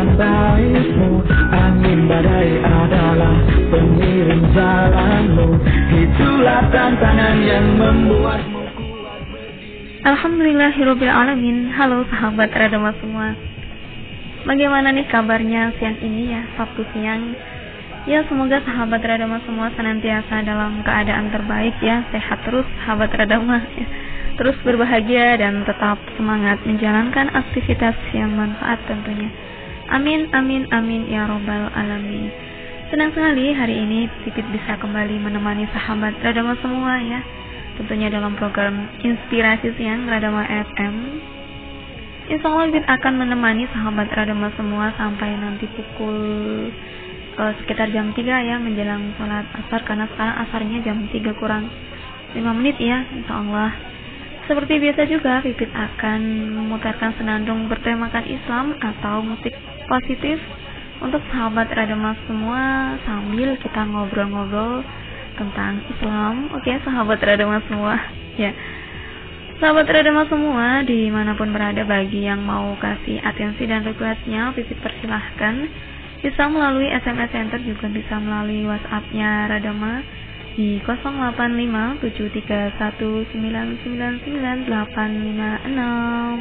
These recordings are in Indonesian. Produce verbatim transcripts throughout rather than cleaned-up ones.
jalan baikmu. Angin badai adalah pengiring jalanmu. Itulah tantangan yang membuatmu kuat berdiri. Alhamdulillahirabbil alamin. Halo sahabat Radama semua. Bagaimana nih kabarnya siang ini ya, Sabtu siang? Ya, semoga sahabat Radama semua senantiasa dalam keadaan terbaik ya, sehat terus sahabat Radama ya. Terus berbahagia dan tetap semangat menjalankan aktivitas yang manfaat tentunya. Amin, amin, amin ya robbal alamin. Senang sekali hari ini Pipit bisa kembali menemani sahabat Radama semua ya, tentunya dalam program Inspirasi Siang Radama F M. Insya Allah Pipit akan menemani sahabat Radama semua sampai nanti pukul uh, sekitar jam tiga ya, menjelang sholat asar, karena sekarang asarnya jam tiga kurang lima menit ya, insya Allah. Seperti biasa juga, Pipit akan memutarkan senandung bertemakan Islam atau musik positif untuk sahabat Radama semua sambil kita ngobrol-ngobrol tentang Islam. Oke, sahabat Radama semua ya. Sahabat Radama semua dimanapun berada, bagi yang mau kasih atensi dan requestnya, Pipit persilahkan bisa melalui S M S Center, juga bisa melalui WhatsApp-nya Radama di nol delapan lima tujuh tiga satu sembilan sembilan sembilan delapan lima enam.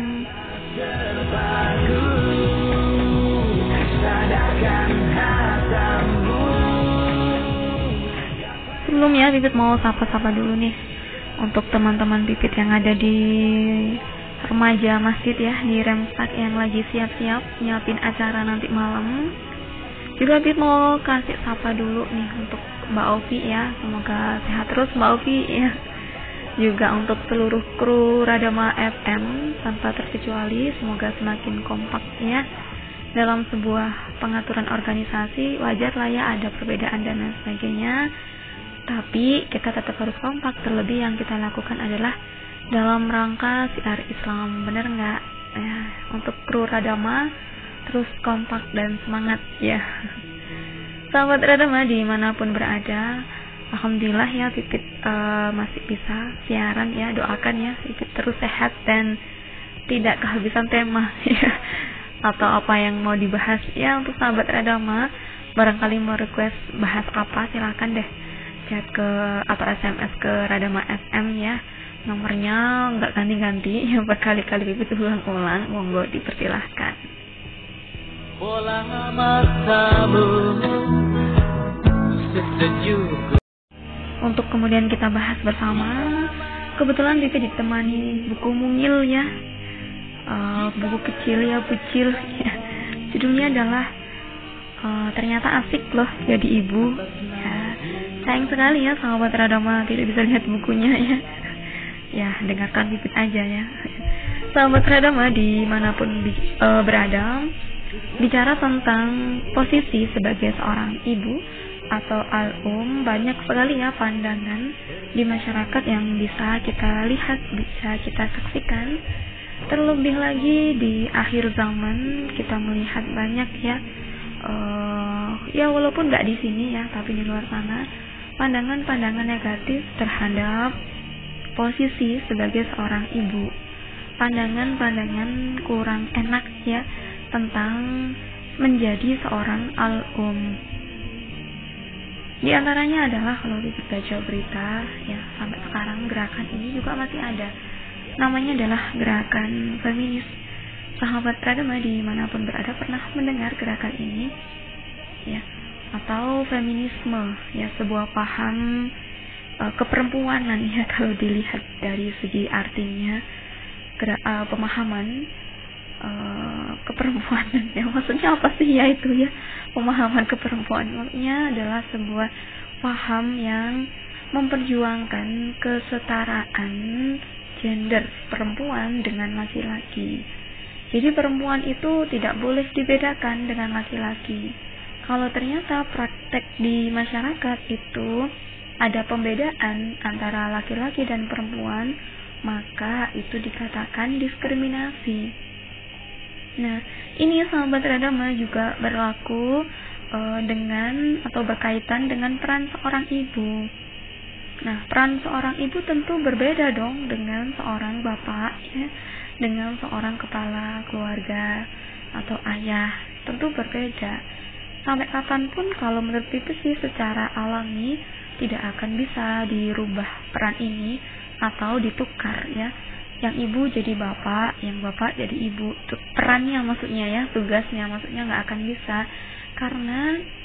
Sebelumnya Pipit mau sapa-sapa dulu nih untuk teman-teman Pipit yang ada di remaja masjid ya, di Remsak yang lagi siap-siap nyiapin acara nanti malam. Juga Pipit mau kasih sapa dulu nih untuk Mbak Ovi ya, semoga sehat terus Mbak Ovi ya. Juga untuk seluruh kru Radama F M tanpa terkecuali, semoga semakin kompak ya dalam sebuah pengaturan organisasi. Wajar lah ya ada perbedaan dan lain sebagainya, tapi kita tetap harus kompak. Terlebih yang kita lakukan adalah dalam rangka siar Islam, bener nggak ya? Untuk kru Radama terus kompak dan semangat ya. Sahabat Radama dimanapun berada, alhamdulillah ya Pipit uh, masih bisa siaran ya. Doakan ya Pipit terus sehat dan tidak kehabisan tema ya, atau apa yang mau dibahas ya. Untuk sahabat Radama barangkali mau request bahas apa, silakan deh chat ke atau S M S ke Radama F M ya. Nomornya nggak ganti-ganti ya, berkali-kali Pipit ulang-ulang, monggo dipersilahkan. Bola matamu sesejuk. Untuk kemudian kita bahas bersama, kebetulan Pipit ditemani buku mungil ya, uh, buku kecil ya, bucil ya. Judulnya adalah uh, ternyata asik loh jadi ibu ya. Sayang sekali ya sahabat Radama tidak bisa lihat bukunya ya. Ya, dengarkan Pipit aja ya. Sahabat Radama dimanapun uh, berada, bicara tentang posisi sebagai seorang ibu atau al-um, banyak sekali ya pandangan di masyarakat yang bisa kita lihat, bisa kita saksikan. Terlebih lagi di akhir zaman kita melihat banyak ya, uh, ya walaupun nggak di sini ya, tapi di luar sana, pandangan-pandangan negatif terhadap posisi sebagai seorang ibu, pandangan-pandangan kurang enak ya tentang menjadi seorang al-um. Di antaranya adalah kalau kita baca berita ya, sampai sekarang gerakan ini juga masih ada. Namanya adalah gerakan feminis. Sahabat Radama dimanapun berada pernah mendengar gerakan ini ya, atau feminisme ya, sebuah paham uh, keperempuanan ya, kalau dilihat dari segi artinya, gera- uh, pemahaman Uh, keperempuanan ya. Maksudnya apa sih ya itu ya, pemahaman keperempuanan? Maksudnya adalah sebuah paham yang memperjuangkan kesetaraan gender perempuan dengan laki-laki. Jadi perempuan itu tidak boleh dibedakan dengan laki-laki. Kalau ternyata praktek di masyarakat itu ada pembedaan antara laki-laki dan perempuan, maka itu dikatakan diskriminasi. Nah, ini sahabat Radama juga berlaku uh, dengan atau berkaitan dengan peran seorang ibu. Nah, peran seorang ibu tentu berbeda dong dengan seorang bapak ya, dengan seorang kepala keluarga atau ayah tentu berbeda. Sampai kapanpun kalau menurut Pipis sih secara alami tidak akan bisa dirubah peran ini atau ditukar ya. Yang ibu jadi bapak, yang bapak jadi ibu. Perannya maksudnya ya, tugasnya maksudnya nggak akan bisa, karena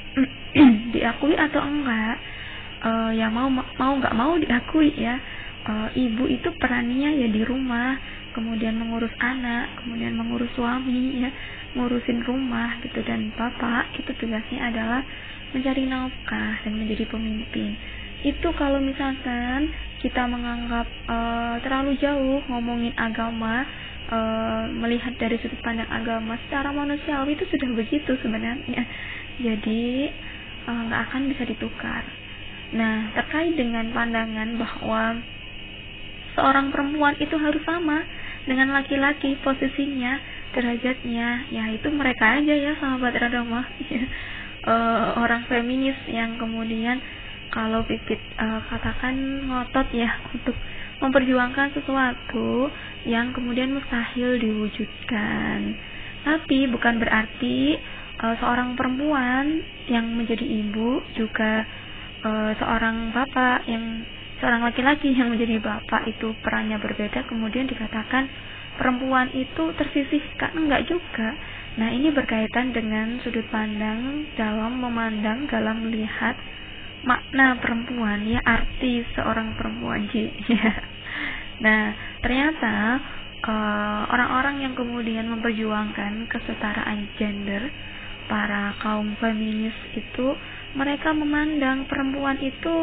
diakui atau enggak, uh, ya mau mau nggak mau diakui ya, uh, ibu itu perannya ya di rumah, kemudian mengurus anak, kemudian mengurus suami ya, ngurusin rumah gitu, dan bapak itu tugasnya adalah mencari nafkah dan menjadi pemimpin. Itu kalau misalkan kita menganggap uh, terlalu jauh ngomongin agama, uh, melihat dari sudut pandang agama secara manusiawi itu sudah begitu sebenarnya. Jadi nggak uh, akan bisa ditukar. Nah, terkait dengan pandangan bahwa seorang perempuan itu harus sama dengan laki-laki posisinya, derajatnya, ya itu mereka aja ya sahabat Radama. uh, orang feminis yang kemudian kalau Pipit uh, katakan ngotot ya untuk memperjuangkan sesuatu yang kemudian mustahil diwujudkan. Tapi bukan berarti uh, seorang perempuan yang menjadi ibu juga uh, seorang bapak yang seorang laki-laki yang menjadi bapak itu perannya berbeda kemudian dikatakan perempuan itu tersisihkan, enggak juga. Nah, ini berkaitan dengan sudut pandang dalam memandang, dalam melihat makna perempuan ya, arti seorang perempuan J. Nah, ternyata uh, orang-orang yang kemudian memperjuangkan kesetaraan gender, para kaum feminis itu, mereka memandang perempuan itu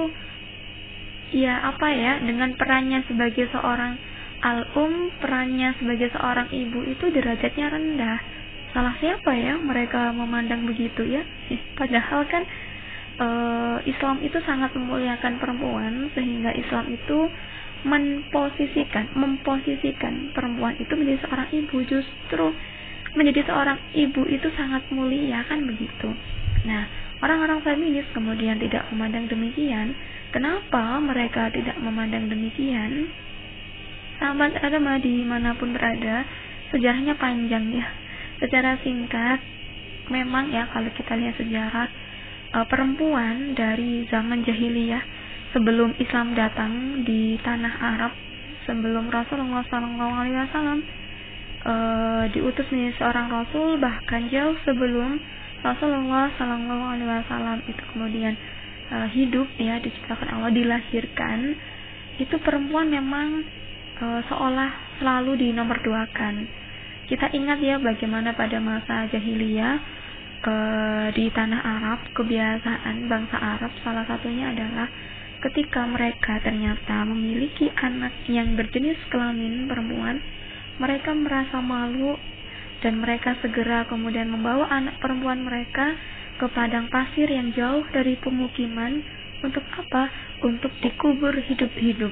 ya apa ya, dengan perannya sebagai seorang al-um, perannya sebagai seorang ibu itu derajatnya rendah. Salah siapa ya mereka memandang begitu ya? Padahal kan Uh, Islam itu sangat memuliakan perempuan, sehingga Islam itu memposisikan memposisikan perempuan itu menjadi seorang ibu. Justru menjadi seorang ibu itu sangat mulia, kan begitu. Nah, orang-orang feminis kemudian tidak memandang demikian. Kenapa mereka tidak memandang demikian? Sahabat Radama dimanapun berada, sejarahnya panjang ya. Secara singkat, memang ya kalau kita lihat sejarah, Uh, perempuan dari zaman jahiliyah sebelum Islam datang di tanah Arab, sebelum Rasulullah shallallahu alaihi wasallam uh, diutus menjadi seorang Rasul, bahkan jauh sebelum Rasulullah shallallahu alaihi wasallam itu kemudian uh, hidup ya, diciptakan Allah, dilahirkan, itu perempuan memang uh, seolah selalu dinomorduakan. Kita ingat ya bagaimana pada masa jahiliyah Uh, di tanah Arab, kebiasaan bangsa Arab salah satunya adalah ketika mereka ternyata memiliki anak yang berjenis kelamin perempuan, mereka merasa malu dan mereka segera kemudian membawa anak perempuan mereka ke padang pasir yang jauh dari pemukiman. Untuk apa? Untuk dikubur hidup-hidup.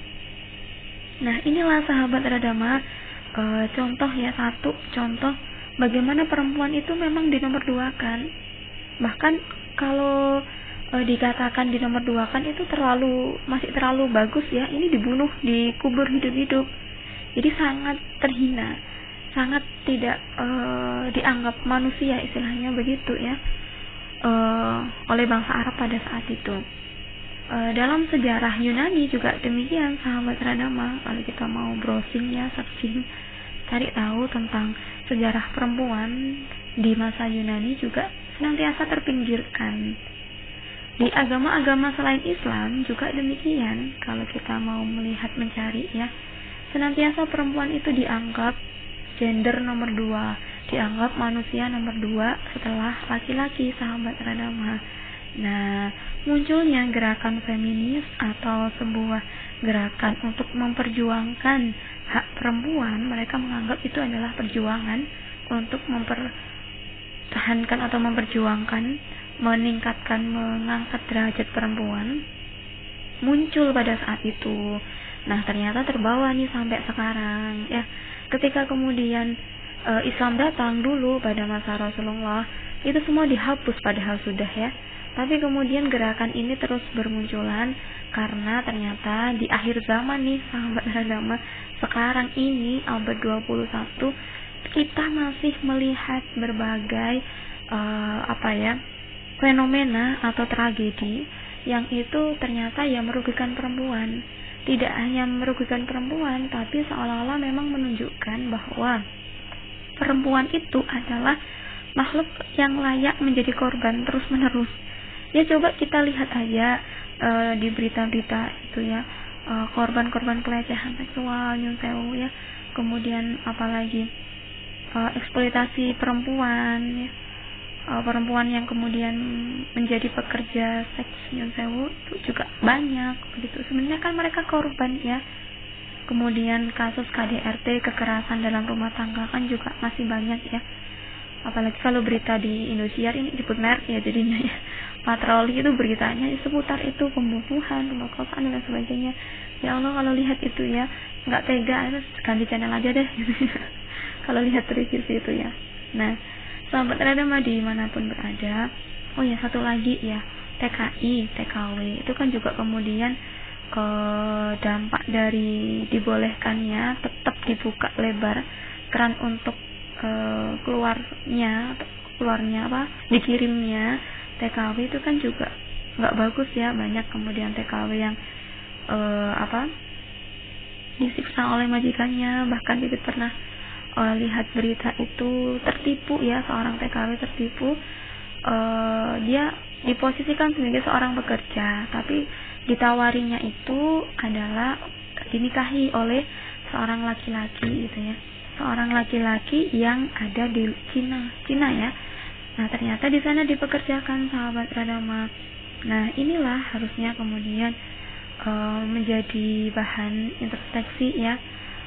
Nah, inilah sahabat Radama, uh, contoh ya, satu contoh bagaimana perempuan itu memang dinomorduakan. Bahkan kalau e, dikatakan dinomorduakan itu terlalu masih terlalu bagus ya. Ini dibunuh, dikubur hidup-hidup. Jadi sangat terhina, sangat tidak e, dianggap manusia istilahnya begitu ya, e, oleh bangsa Arab pada saat itu. E, dalam sejarah Yunani juga demikian sahabat Radama. Kalau kita mau browsing ya, searching, cari tahu tentang sejarah perempuan di masa Yunani juga senantiasa terpinggirkan. Di agama-agama selain Islam juga demikian. Kalau kita mau melihat, mencari ya, senantiasa perempuan itu dianggap gender nomor dua, dianggap manusia nomor dua setelah laki-laki sahabat Radama. Nah, munculnya gerakan feminis atau sebuah gerakan untuk memperjuangkan hak perempuan, mereka menganggap itu adalah perjuangan untuk mempertahankan atau memperjuangkan, meningkatkan, mengangkat derajat perempuan, muncul pada saat itu. Nah, ternyata terbawa nih sampai sekarang ya. Ketika kemudian e, Islam datang dulu pada masa Rasulullah, itu semua dihapus padahal sudah ya. Tapi kemudian gerakan ini terus bermunculan karena ternyata di akhir zaman nih sahabat Radama, sekarang ini abad dua puluh satu, kita masih melihat berbagai uh, apa ya fenomena atau tragedi yang itu ternyata ya merugikan perempuan. Tidak hanya merugikan perempuan, tapi seolah-olah memang menunjukkan bahwa perempuan itu adalah makhluk yang layak menjadi korban terus-menerus. Ya coba kita lihat aja uh, di berita-berita itu ya, uh, korban-korban pelecehan seksual, nyun sewu ya, kemudian apalagi uh, eksploitasi perempuan ya. Uh, perempuan yang kemudian menjadi pekerja seks nyun sewu itu juga banyak begitu. Sebenarnya kan mereka korban ya. Kemudian kasus K D R T, kekerasan dalam rumah tangga kan juga masih banyak ya. Apalagi kalau berita di Indosiar ini disebut merek ya jadinya ya. Patroli itu beritanya seputar itu, pembunuhan, pemerkosaan dan sebagainya. Ya Allah, kalau lihat itu ya nggak tega, itu ganti channel aja deh gitu. Kalau lihat review itu ya. Nah, sahabat Radama dimanapun berada, oh ya satu lagi ya, T K I, T K W itu kan juga kemudian ke dampak dari dibolehkannya tetap dibuka lebar keran untuk ke keluarnya keluarnya apa dikirimnya T K W itu kan juga nggak bagus ya. Banyak kemudian T K W yang eh, apa disiksa oleh majikannya. Bahkan Bibit pernah Uh, lihat berita itu tertipu ya, seorang T K W tertipu. Uh, dia diposisikan sebagai seorang pekerja, tapi ditawarinya itu adalah dinikahi oleh seorang laki-laki gitu ya, seorang laki-laki yang ada di Cina, Cina ya. Nah ternyata di sana dipekerjakan sahabat Radama. Nah inilah harusnya kemudian uh, menjadi bahan introspeksi ya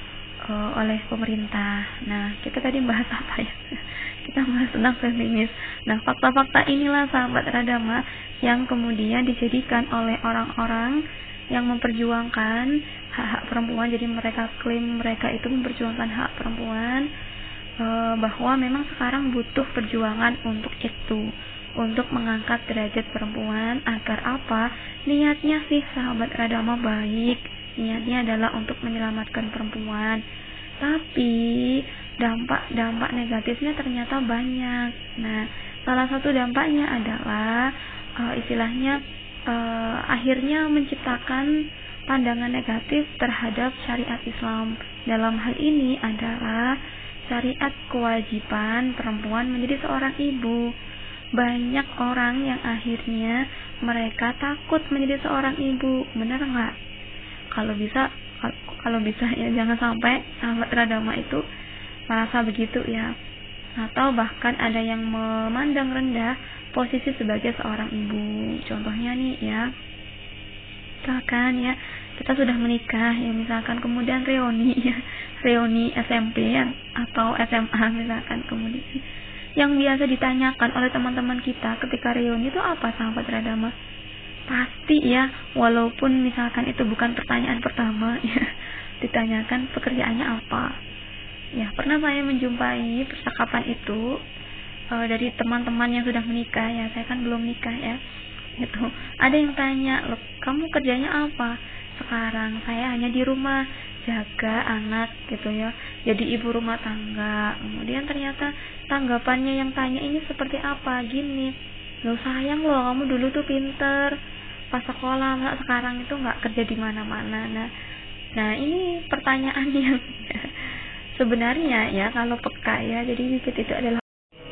oleh pemerintah. Nah, kita tadi bahas apa ya? Kita bahas tentang feminis. Nah, fakta-fakta inilah sahabat Radama yang kemudian dijadikan oleh orang-orang yang memperjuangkan hak-hak perempuan. Jadi mereka klaim mereka itu memperjuangkan hak perempuan, e, bahwa memang sekarang butuh perjuangan untuk itu, untuk mengangkat derajat perempuan. Agar apa? Niatnya sih sahabat Radama baik. Niatnya adalah untuk menyelamatkan perempuan, tapi dampak-dampak negatifnya ternyata banyak. Nah, salah satu dampaknya adalah uh, istilahnya uh, akhirnya menciptakan pandangan negatif terhadap syariat Islam. Dalam hal ini adalah syariat kewajiban perempuan menjadi seorang ibu. Banyak orang yang akhirnya mereka takut menjadi seorang ibu. Benar nggak? Kalau bisa, kalau bisa ya jangan sampai sahabat Radama itu merasa begitu ya. Atau bahkan ada yang memandang rendah posisi sebagai seorang ibu. Contohnya nih ya, misalkan ya kita sudah menikah ya, misalkan kemudian reuni ya, reuni S M P ya, atau S M A misalkan, kemudian yang biasa ditanyakan oleh teman-teman kita ketika reuni itu apa sahabat Radama? Pasti ya, walaupun misalkan itu bukan pertanyaan pertama ya, ditanyakan pekerjaannya apa. Ya, pernah saya menjumpai percakapan itu uh, dari teman-teman yang sudah menikah ya. Saya kan belum nikah ya. Gitu. Ada yang tanya, "Loh, kamu kerjanya apa?" "Sekarang saya hanya di rumah jaga anak," gitu ya. "Jadi ibu rumah tangga." Kemudian ternyata tanggapannya yang tanya ini seperti apa? Gini, "Loh sayang loh, kamu dulu tuh pinter pas sekolah, nggak sekarang itu nggak kerja di mana-mana." Nah, nah ini pertanyaan yang sebenarnya ya kalau peka ya, jadi Bibit itu adalah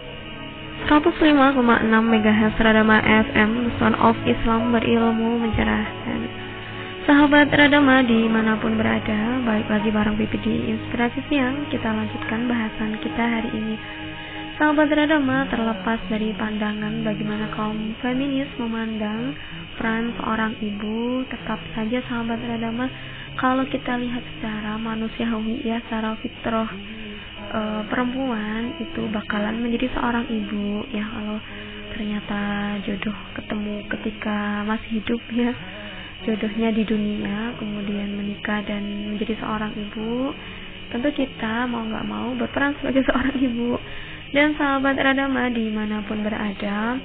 seratus lima koma enam megahertz Radama F M, Son of Islam, berilmu mencerahkan. Sahabat Radama dimanapun berada, balik lagi bareng Bibit di Inspirasi Siang. Kita lanjutkan bahasan kita hari ini. Sahabat Radama, terlepas dari pandangan bagaimana kaum feminis memandang peran seorang ibu, tetap saja sahabat Radama, kalau kita lihat secara manusiawi ya, secara fitrah e, perempuan itu bakalan menjadi seorang ibu ya, kalau ternyata jodoh ketemu ketika masih hidup ya, jodohnya di dunia, kemudian menikah dan menjadi seorang ibu, tentu kita mau nggak mau berperan sebagai seorang ibu. Dan sahabat Radama dimanapun berada,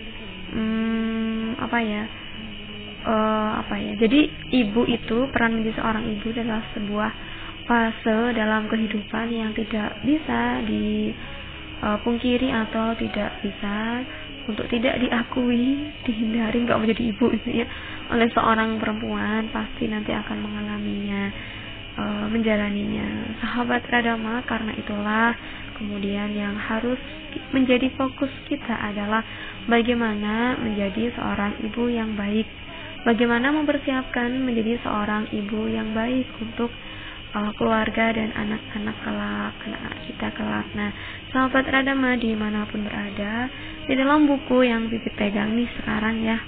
hmm, apa ya uh, apa ya jadi ibu itu, peran menjadi seorang ibu adalah sebuah fase dalam kehidupan yang tidak bisa dipungkiri atau tidak bisa untuk tidak diakui, dihindari, nggak menjadi ibu itu ya oleh seorang perempuan, pasti nanti akan mengalaminya, e, menjalaninya. Sahabat Radama, karena itulah kemudian yang harus menjadi fokus kita adalah bagaimana menjadi seorang ibu yang baik, bagaimana mempersiapkan menjadi seorang ibu yang baik untuk uh, keluarga dan anak-anak kelak, anak-anak kita kelak. Nah, sahabat Radama dimanapun berada, di dalam buku yang Bibi pegang nih sekarang ya,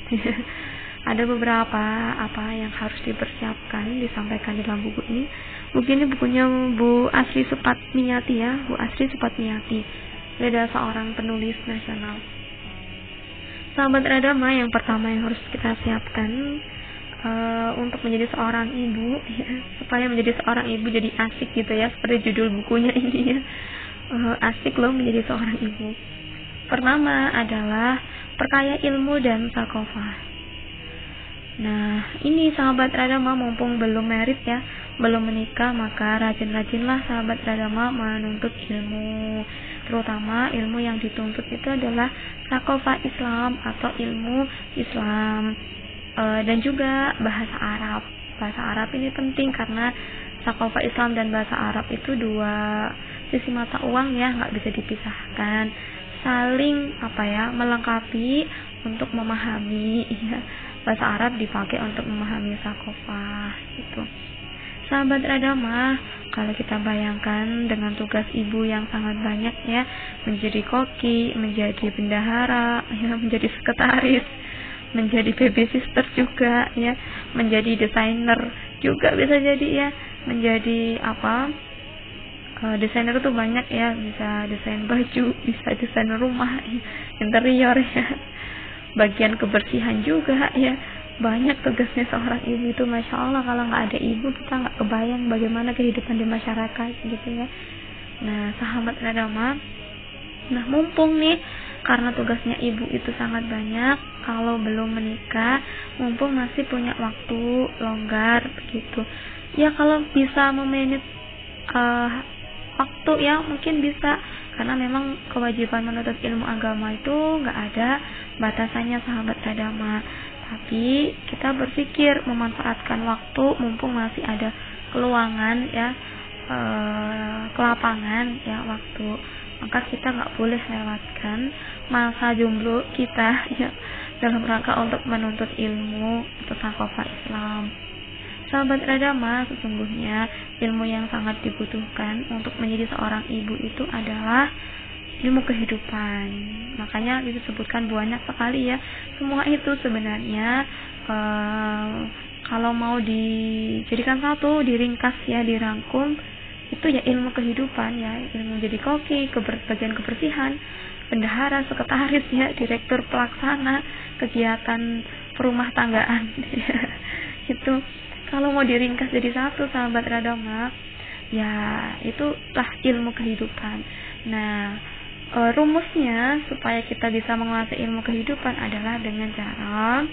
ada beberapa apa yang harus dipersiapkan, disampaikan di dalam buku ini. Buku ini bukunya Bu Asri Supatmiati ya, Bu Asri Supatmiati. Dia adalah seorang penulis nasional. Sahabat Radama, yang pertama yang harus kita siapkan uh, untuk menjadi seorang ibu ya, supaya menjadi seorang ibu jadi asik gitu ya, seperti judul bukunya ini ya, uh, asik loh menjadi seorang ibu. Pertama adalah perkaya ilmu dan sakofah. Nah, ini sahabat Radama, mumpung belum merit ya, belum menikah, maka rajin-rajinlah sahabat Radama menuntut ilmu. Terutama ilmu yang dituntut itu adalah sakofah Islam atau ilmu Islam, e, dan juga bahasa Arab. Bahasa Arab ini penting karena sakofah Islam dan bahasa Arab itu dua sisi mata uang ya, nggak bisa dipisahkan, saling apa ya melengkapi untuk memahami ya. Bahasa Arab dipakai untuk memahami sakofah gitu. Sahabat Radama, kalau kita bayangkan dengan tugas ibu yang sangat banyak ya, menjadi koki, menjadi bendahara, ya, menjadi sekretaris, menjadi baby sister juga ya, menjadi desainer juga bisa jadi ya, menjadi apa? Uh, desainer itu banyak ya, bisa desain baju, bisa desain rumah, ya, interior ya, bagian kebersihan juga ya. Banyak tugasnya seorang ibu itu, masya Allah. Kalau nggak ada ibu, kita nggak kebayang bagaimana kehidupan di masyarakat gitu ya. Nah, sahabat Radama, nah mumpung nih karena tugasnya ibu itu sangat banyak, kalau belum menikah, mumpung masih punya waktu longgar begitu ya, kalau bisa memanage uh, waktu ya mungkin bisa, karena memang kewajiban menuntut ilmu agama itu nggak ada batasannya sahabat Radama. Tapi kita berpikir memanfaatkan waktu mumpung masih ada keluangan ya, e, kelapangan ya waktu, maka kita nggak boleh lewatkan masa jomblo kita ya dalam rangka untuk menuntut ilmu atau sakofah Islam. Sahabat Radama, sesungguhnya ilmu yang sangat dibutuhkan untuk menjadi seorang ibu itu adalah ilmu kehidupan. Makanya disebutkan banyak sekali ya. Semua itu sebenarnya uh, kalau mau dijadikan satu, diringkas ya, dirangkum, itu ya ilmu kehidupan ya, ilmu jadi koki, keber, bagian kebersihan, bendahara, sekretaris ya, direktur pelaksana, kegiatan perumah tanggaan. Itu kalau mau diringkas jadi satu sahabat Radama, ya itulah ilmu kehidupan. Nah, E, rumusnya supaya kita bisa menguasai ilmu kehidupan adalah dengan cara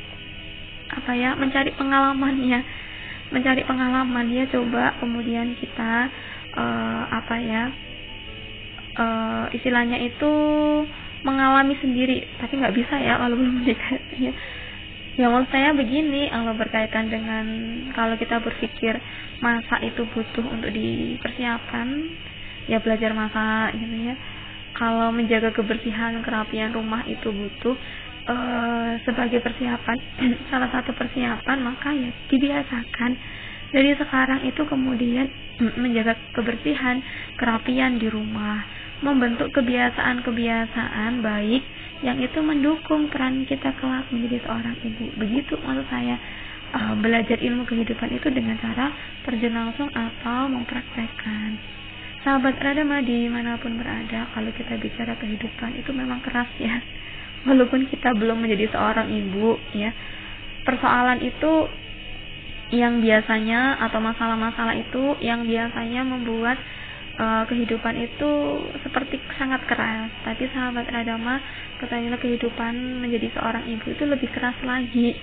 apa ya, mencari pengalamannya, mencari pengalaman ya, coba kemudian kita e, apa ya e, istilahnya itu mengalami sendiri, tapi nggak bisa ya kalau belum menikah ya. Ya maksud saya begini, kalau berkaitan dengan kalau kita berpikir masa itu butuh untuk dipersiapkan, ya belajar masak gitu ya. Kalau menjaga kebersihan, kerapian rumah itu butuh uh, sebagai persiapan, salah satu persiapan, maka ya dibiasakan dari sekarang itu kemudian menjaga kebersihan, kerapian di rumah, membentuk kebiasaan-kebiasaan baik yang itu mendukung peran kita kelak menjadi seorang ibu. Begitu maksud saya, uh, belajar ilmu kehidupan itu dengan cara terjun langsung atau mempraktekkan. Sahabat Radama dimanapun berada, kalau kita bicara kehidupan itu memang keras ya, walaupun kita belum menjadi seorang ibu ya. Persoalan itu yang biasanya, atau masalah-masalah itu yang biasanya membuat uh, kehidupan itu seperti sangat keras. Tapi sahabat Radama, ketahuilah kehidupan menjadi seorang ibu itu lebih keras lagi.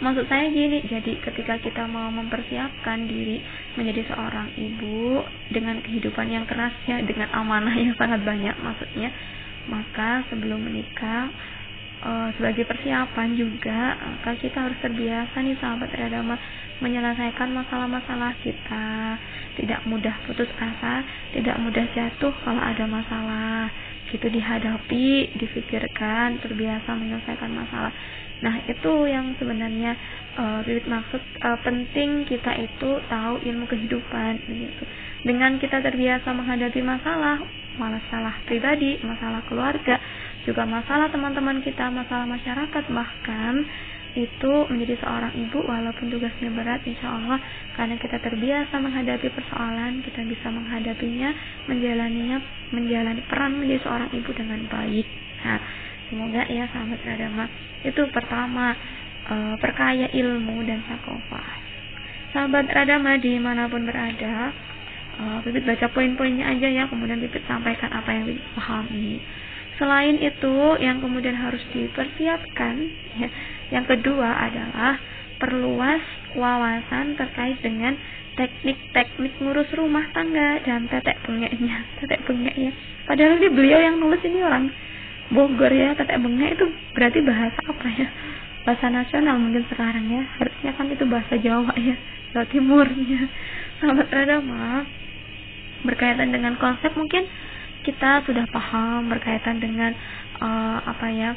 Maksud saya gini, jadi ketika kita mau mempersiapkan diri menjadi seorang ibu dengan kehidupan yang keras ya, dengan amanah yang sangat banyak maksudnya, maka sebelum menikah uh, sebagai persiapan juga, maka kita harus terbiasa nih sahabat Radama menyelesaikan masalah-masalah kita, tidak mudah putus asa, tidak mudah jatuh kalau ada masalah, gitu dihadapi, difikirkan, terbiasa menyelesaikan masalah. Nah itu yang sebenarnya uh, Bibit maksud, uh, penting kita itu tahu ilmu kehidupan gitu. Dengan kita terbiasa menghadapi masalah, masalah pribadi, masalah keluarga, juga masalah teman-teman kita, masalah masyarakat, bahkan itu menjadi seorang ibu walaupun tugasnya berat, insya Allah karena kita terbiasa menghadapi persoalan, kita bisa menghadapinya, menjalaninya, menjalani peran menjadi seorang ibu dengan baik. Nah, semoga ya sahabat Radama, itu pertama, e, perkaya ilmu dan sakofah. Sahabat Radama dimanapun berada, e, Bibit baca poin-poinnya aja ya, kemudian Bibit sampaikan apa yang Bibit pahami. Selain itu, yang kemudian harus dipersiapkan ya, yang kedua adalah perluas wawasan terkait dengan teknik-teknik ngurus rumah tangga dan tetek bengeknya, tetek bengeknya. Padahal ini beliau yang nulis ini orang Bogor ya, tetek bengek itu berarti bahasa apa ya? Bahasa nasional mungkin sekarang ya. Harusnya kan itu bahasa Jawa ya, Jawa Timurnya. Sahabat Radama, berkaitan dengan konsep mungkin kita sudah paham berkaitan dengan uh, apa ya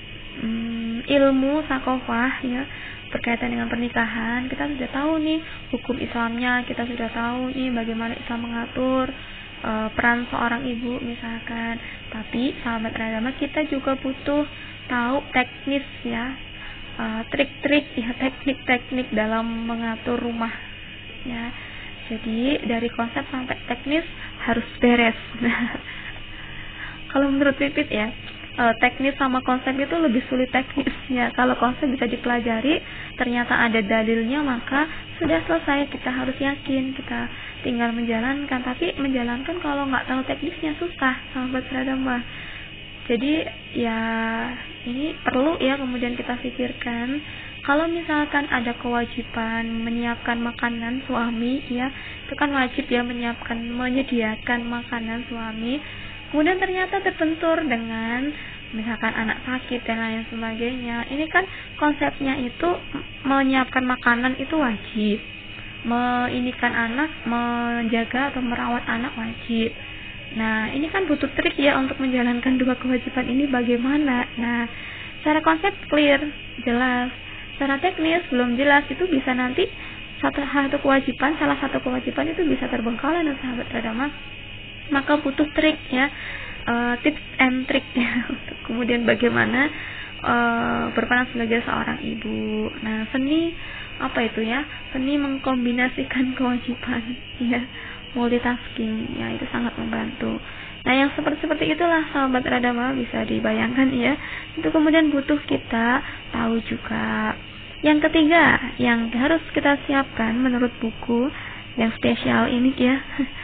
um, ilmu sakofah ya, berkaitan dengan pernikahan. Kita sudah tahu nih hukum Islamnya, kita sudah tahu nih bagaimana Islam mengatur uh, peran seorang ibu misalkan. Tapi sahabat Radama, kita juga butuh tahu teknis ya, uh, trik-trik ya, teknik-teknik dalam mengatur rumah ya. Jadi dari konsep sampai teknis harus beres. Nah, kalau menurut Pipit ya, teknis sama konsep itu lebih sulit teknisnya. Kalau konsep bisa dipelajari, ternyata ada dalilnya, maka sudah selesai. Kita harus yakin, kita tinggal menjalankan. Tapi menjalankan kalau nggak tahu teknisnya susah, sahabat Radama. Jadi ya ini perlu ya kemudian kita pikirkan. Kalau misalkan ada kewajiban menyiapkan makanan suami ya, itu kan wajib ya menyiapkan, menyediakan makanan suami. Kemudian ternyata terbentur dengan misalkan anak sakit dan lain sebagainya. Ini kan konsepnya itu menyiapkan makanan itu wajib, meinikan anak, menjaga atau merawat anak wajib. Nah ini kan butuh trik ya untuk menjalankan dua kewajiban ini bagaimana. Nah secara konsep clear, jelas. Secara teknis belum jelas, itu bisa nanti satu satu kewajiban, salah satu kewajiban itu bisa terbengkalai dan sahabat Radama. Maka butuh trik ya, uh, tips and trick ya, untuk kemudian bagaimana uh, berperan sebagai seorang ibu. Nah seni apa itu ya, seni mengkombinasikan kewajiban ya, multitasking ya, itu sangat membantu. Nah yang seperti seperti itulah sahabat Radama, bisa dibayangkan ya, itu kemudian butuh kita tahu juga. Yang ketiga yang harus kita siapkan menurut buku yang spesial ini ya,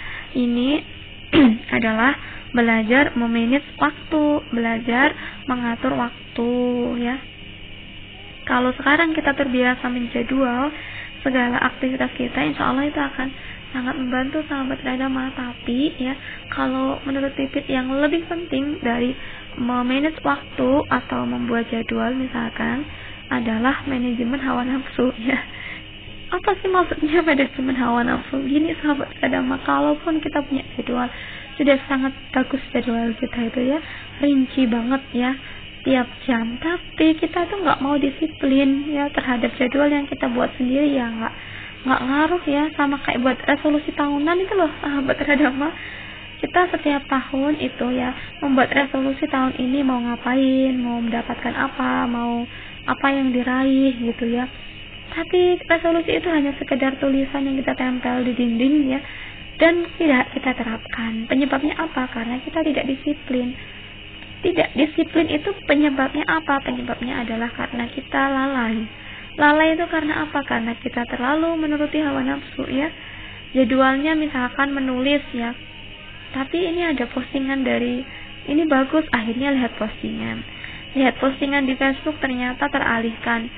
ini adalah belajar memanage waktu, belajar mengatur waktu ya. Kalau sekarang kita terbiasa menjadwal segala aktivitas kita, insya Allah itu akan sangat membantu sahabat Radama. Tapi ya kalau menurut Pipit yang lebih penting dari memanage waktu atau membuat jadwal misalkan adalah manajemen hawa nafsu ya. Apa sih maksudnya manajemen hawa nafsu? Gini sahabat Radama, kalaupun kita punya jadwal sudah sangat bagus, jadwal kita itu ya rinci banget ya tiap jam, tapi kita tuh nggak mau disiplin ya terhadap jadwal yang kita buat sendiri ya, nggak nggak ngaruh ya, sama kayak buat resolusi tahunan itu loh sahabat Radama. Kita setiap tahun itu ya membuat resolusi tahun ini mau ngapain, mau mendapatkan apa, mau apa yang diraih gitu ya. Tapi resolusi itu hanya sekedar tulisan yang kita tempel di dinding ya, dan tidak kita terapkan. Penyebabnya apa? Karena kita tidak disiplin. Tidak disiplin itu penyebabnya apa? Penyebabnya adalah karena kita lalai. Lalai itu karena apa? Karena kita terlalu menuruti hawa nafsu ya. Jadwalnya misalkan menulis ya, tapi ini ada postingan dari ini bagus, akhirnya lihat postingan. Lihat postingan di Facebook ternyata teralihkan.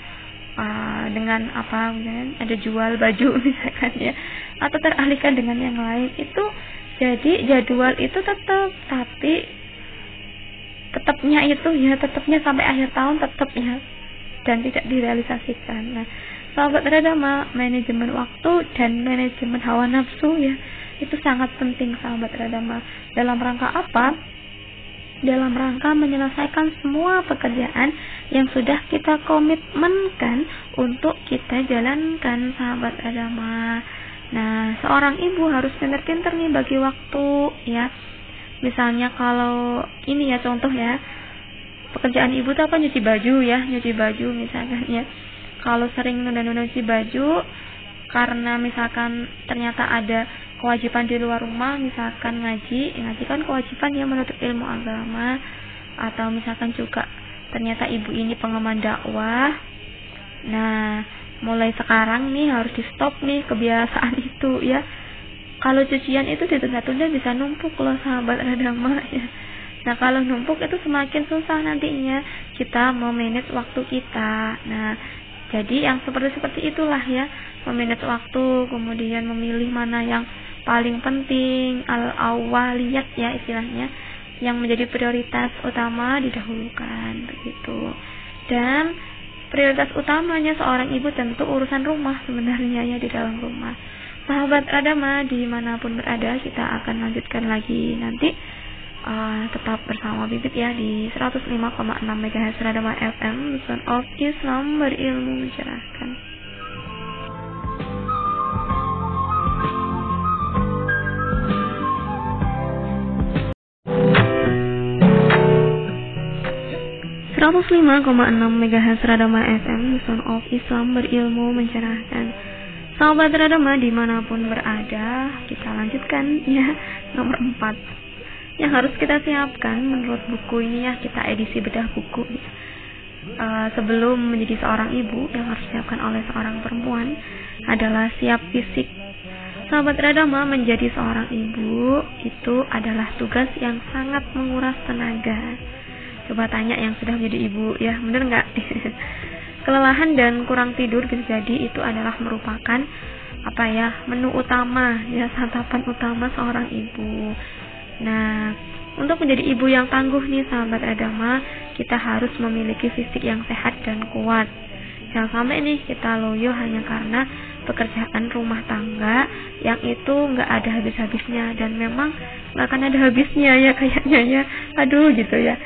uh, dengan apa misalnya ada jual baju misalkan ya, atau teralihkan dengan yang lain, itu jadi jadwal itu tetap, tapi tetapnya itu ya tetapnya sampai akhir tahun tetap ya, dan tidak direalisasikan. Nah, sahabat Radama, manajemen waktu dan manajemen hawa nafsu ya, itu sangat penting sahabat Radama. Dalam rangka apa? Dalam rangka menyelesaikan semua pekerjaan yang sudah kita komitmenkan untuk kita jalankan sahabat Radama. Nah, seorang ibu harus pintar-pintar nih bagi waktu ya. Misalnya kalau ini ya contoh ya, pekerjaan ibu itu apa, nyuci baju ya, nyuci baju misalkan ya. Kalau sering nunda-nunda nyuci baju karena misalkan ternyata ada kewajiban di luar rumah, misalkan ngaji, ngaji kan kewajiban ya menuntut ilmu agama, atau misalkan juga ternyata ibu ini pengemban dakwah. Nah, mulai sekarang nih harus di stop nih kebiasaan itu ya. Kalau cucian itu ditunda-tunda bisa numpuk loh sahabat Radama ya. Nah, kalau numpuk itu semakin susah nantinya kita memanage waktu kita. Nah, jadi yang seperti-seperti itulah ya, memanage waktu, kemudian memilih mana yang paling penting, al-awwaliyat ya istilahnya, yang menjadi prioritas utama didahulukan begitu. Dan prioritas utamanya seorang ibu tentu urusan rumah sebenarnya ya, di dalam rumah. Sahabat Radama dimanapun berada, kita akan lanjutkan lagi nanti. Uh, tetap bersama Bibit ya di seratus lima koma enam megahertz Radama F M, Son of Islam, berilmu mencerahkan. seratus lima koma enam megahertz Radama F M, Son of Islam, berilmu mencerahkan. Sahabat Radama dimanapun berada, kita lanjutkan ya nomor empat yang harus kita siapkan menurut buku ini ya, kita edisi bedah buku ya. Uh, sebelum menjadi seorang ibu, yang harus siapkan oleh seorang perempuan adalah siap fisik. Sahabat Radama, menjadi seorang ibu itu adalah tugas yang sangat menguras tenaga. Coba tanya yang sudah menjadi ibu ya, bener nggak? Kelelahan dan kurang tidur bisa jadi itu adalah merupakan apa ya, menu utama ya, santapan utama seorang ibu. Nah, untuk menjadi ibu yang tangguh nih sahabat Radama, kita harus memiliki fisik yang sehat dan kuat. Jangan sampai nih kita loyo hanya karena pekerjaan rumah tangga yang itu nggak ada habis-habisnya, dan memang nggak akan ada habisnya ya kayaknya ya. Aduh gitu ya.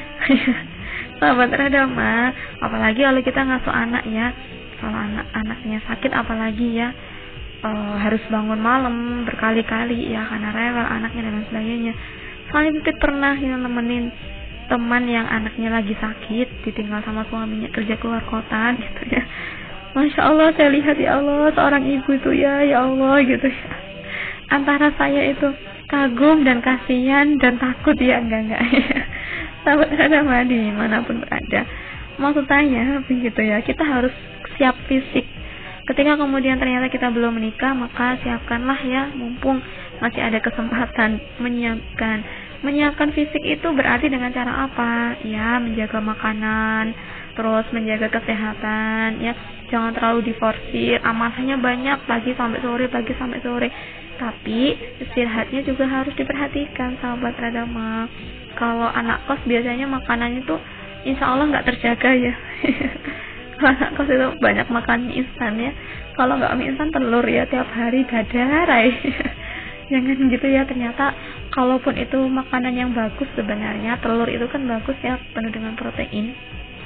Sahabat Radama, apalagi kalau kita ngasuh anak ya, kalau anak-anaknya sakit apalagi ya, e, harus bangun malam berkali-kali ya karena rewel anaknya dan sebagainya. Soalnya Bibit pernah ya nemenin teman yang anaknya lagi sakit, ditinggal sama suaminya kerja keluar kota gitu ya. Masya Allah, saya lihat ya Allah, seorang ibu itu ya, ya Allah gitu ya. Antara saya itu kagum dan kasihan dan takut ya, enggak-enggak ya. Sahabat Radama dimanapun berada, maksud saya begitu ya, kita harus siap fisik. Ketika kemudian ternyata kita belum menikah, maka siapkanlah ya, mumpung masih ada kesempatan menyiapkan. Menyiapkan fisik itu berarti dengan cara apa? Ya, menjaga makanan, terus menjaga kesehatan ya. Jangan terlalu diforsir, amasanya banyak pagi sampai sore, pagi sampai sore. Tapi istirahatnya juga harus diperhatikan sahabat Radama. Kalau anak kos biasanya makanannya tuh insya Allah nggak terjaga ya. Kalau anak kos itu banyak makan mie instan ya. Kalau nggak mie instan, telur ya tiap hari gadarai. Jangan gitu ya, ternyata kalaupun itu makanan yang bagus sebenarnya, telur itu kan bagus ya, penuh dengan protein.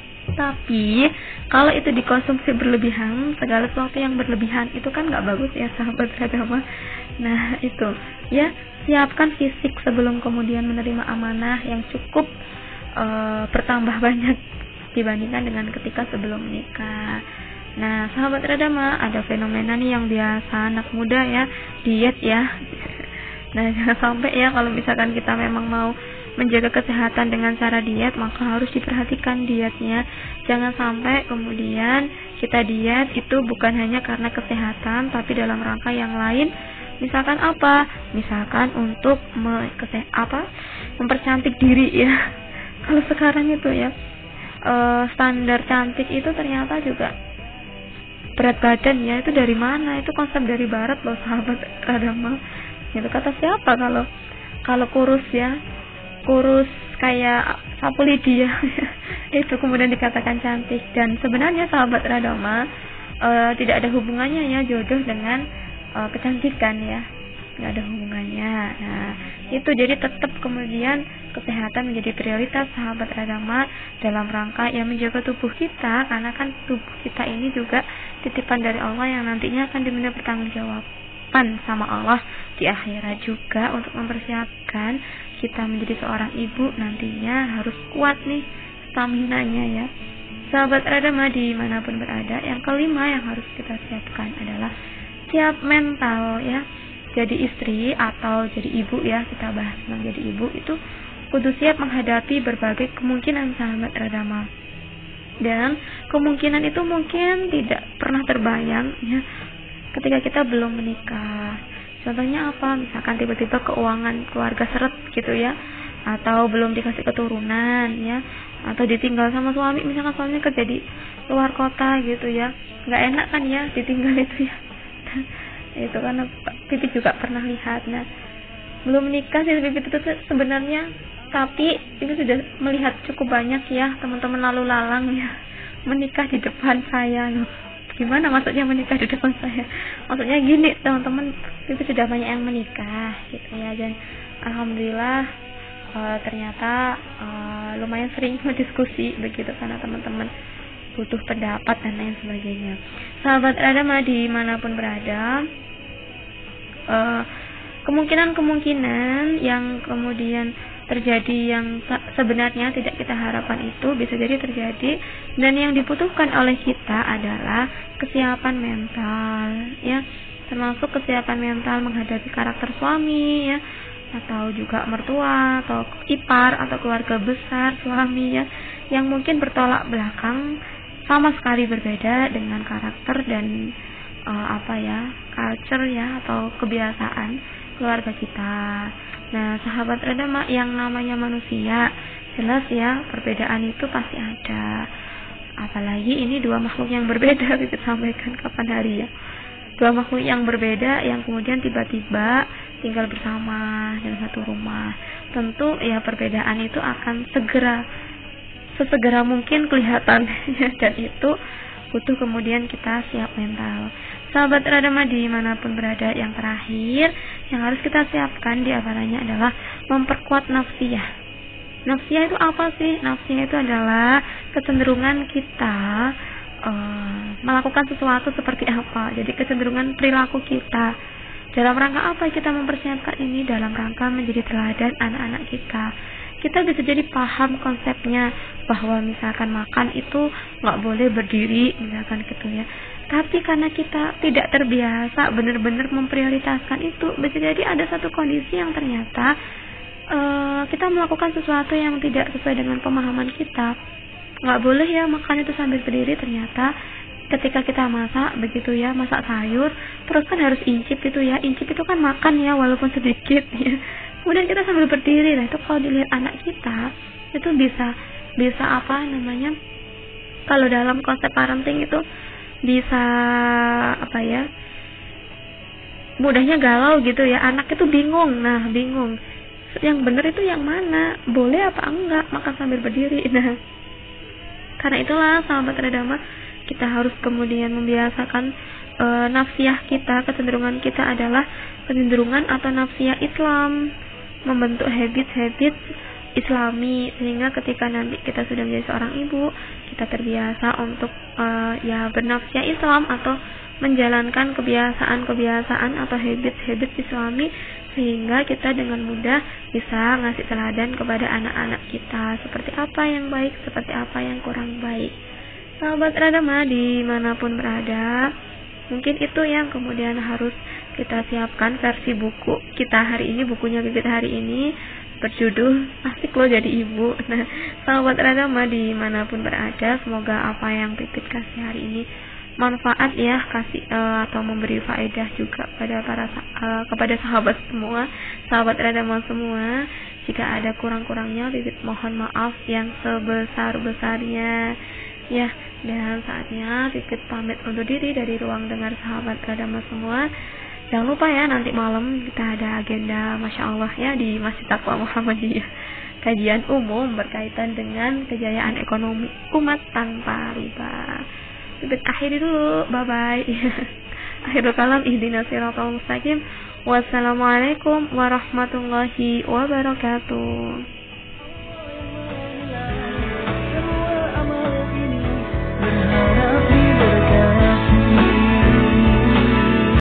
Tapi kalau itu dikonsumsi berlebihan, segala sesuatu yang berlebihan itu kan nggak bagus ya sahabat Radama. Nah itu ya, siapkan fisik sebelum kemudian menerima amanah yang cukup uh, bertambah banyak dibandingkan dengan ketika sebelum menikah. Nah sahabat Radama, ada fenomena nih yang biasa anak muda ya, diet ya. Nah jangan sampai ya, kalau misalkan kita memang mau menjaga kesehatan dengan cara diet, maka harus diperhatikan dietnya. Jangan sampai kemudian kita diet itu bukan hanya karena kesehatan, tapi dalam rangka yang lain. Misalkan apa? Misalkan untuk me, kese, apa? mempercantik diri ya. Kalau sekarang itu ya, e, standar cantik itu ternyata juga berat badan ya, itu dari mana? Itu konsep dari barat loh sahabat Radama. Itu kata siapa kalau kalau kurus ya, kurus kayak sapu lidi ya, itu kemudian dikatakan cantik. Dan sebenarnya sahabat Radama, e, tidak ada hubungannya ya jodoh dengan e, kecantikan ya, nggak ada hubungannya. Nah itu jadi tetap kemudian kesehatan menjadi prioritas sahabat Radama dalam rangka yang menjaga tubuh kita, karena kan tubuh kita ini juga titipan dari Allah yang nantinya akan diminta pertanggungjawaban sama Allah di akhirat juga, untuk mempersiapkan kita menjadi seorang ibu nantinya harus kuat nih stamina-nya ya. Sahabat Radama dimanapun berada, yang kelima yang harus kita siapkan adalah siap mental ya. Jadi istri atau jadi ibu ya, kita bahas tentang jadi ibu itu kudu siap menghadapi berbagai kemungkinan sahabat Radama. Dan kemungkinan itu mungkin tidak pernah terbayang ya ketika kita belum menikah. Contohnya apa? Misalkan tiba-tiba keuangan keluarga seret gitu ya, atau belum dikasih keturunan ya, atau ditinggal sama suami, misalkan suaminya kerja di luar kota gitu ya, nggak enak kan ya ditinggal itu ya. Itu karena Pipit juga pernah lihat. Nah belum menikah sih Pipit itu sebenarnya, tapi itu sudah melihat cukup banyak ya teman-teman lalu lalang ya menikah di depan saya loh. Gimana maksudnya menikah di depan saya? Maksudnya gini teman-teman, itu sudah banyak yang menikah gitu ya, dan alhamdulillah e, ternyata e, lumayan sering berdiskusi begitu, karena teman-teman butuh pendapat dan lain sebagainya. Sahabat Radama dimanapun berada, e, kemungkinan-kemungkinan yang kemudian terjadi yang sebenarnya tidak kita harapkan itu bisa jadi terjadi, dan yang dibutuhkan oleh kita adalah kesiapan mental ya, termasuk kesiapan mental menghadapi karakter suami ya, atau juga mertua atau ipar atau keluarga besar suami ya, yang mungkin bertolak belakang sama sekali berbeda dengan karakter dan uh, apa ya culture ya atau kebiasaan keluarga kita. Nah sahabat Radama, yang namanya manusia jelas ya perbedaan itu pasti ada, apalagi ini dua makhluk yang berbeda. Kita sampaikan kapan hari ya, dua makhluk yang berbeda yang kemudian tiba-tiba tinggal bersama dalam satu rumah. Tentu ya perbedaan itu akan segera sesegera mungkin kelihatan ya, dan itu butuh kemudian kita siap mental. Sahabat Radama dimanapun berada, yang terakhir yang harus kita siapkan diantaranya adalah memperkuat nafsiyah. Nafsiyah itu apa sih? Nafsiyah itu adalah kecenderungan kita uh, melakukan sesuatu seperti apa. Jadi kecenderungan perilaku kita. Dalam rangka apa kita mempersiapkan ini? Dalam rangka menjadi teladan anak-anak kita. Kita bisa jadi paham konsepnya bahwa misalkan makan itu nggak boleh berdiri, misalkan gitu ya. Tapi karena kita tidak terbiasa benar-benar memprioritaskan itu, bisa jadi ada satu kondisi yang ternyata uh, kita melakukan sesuatu yang tidak sesuai dengan pemahaman kita. Nggak boleh ya makan itu sambil berdiri, ternyata ketika kita masak begitu ya, masak sayur, terus kan harus incip itu ya, incip itu kan makan ya walaupun sedikit ya. Kemudian kita sambil berdiri, nah itu kalau dilihat anak kita itu bisa bisa apa namanya? Kalau dalam konsep parenting itu bisa apa ya? Mudahnya galau gitu ya, anak itu bingung. Nah, bingung. Yang benar itu yang mana? Boleh apa enggak makan sambil berdiri? Nah, karena itulah sahabat Radama, kita harus kemudian membiasakan e, nafsiyah kita, kecenderungan kita adalah kecenderungan atau nafsiyah Islam, membentuk habit-habit Islami, sehingga ketika nanti kita sudah menjadi seorang ibu, kita terbiasa untuk e, ya bernafsiyah Islam atau menjalankan kebiasaan-kebiasaan atau habit-habit Islami, sehingga kita dengan mudah bisa ngasih teladan kepada anak-anak kita seperti apa yang baik, seperti apa yang kurang baik. Sahabat Radama dimanapun berada, mungkin itu yang kemudian harus kita siapkan versi buku kita hari ini, bukunya Pipit hari ini berjudul Asik Lo Jadi Ibu. Nah, sahabat Radama dimanapun berada, semoga apa yang Pipit kasih hari ini manfaat ya, kasih uh, atau memberi faedah juga pada para uh, kepada sahabat semua, sahabat Radama semua. Jika ada kurang-kurangnya, Pipit mohon maaf yang sebesar-besarnya. Ya, dan saatnya Pipit pamit undur diri dari ruang dengar sahabat Radama semua. Jangan lupa ya, nanti malam kita ada agenda Masya Allah ya di Masjid Taqwa Muhammadiyah, kajian umum berkaitan dengan kejayaan ekonomi umat tanpa riba. Pipit akhiri dulu, bye bye. Akhirul kalam, ihdinas siratal mustaqim. Wassalamualaikum warahmatullahi wabarakatuh.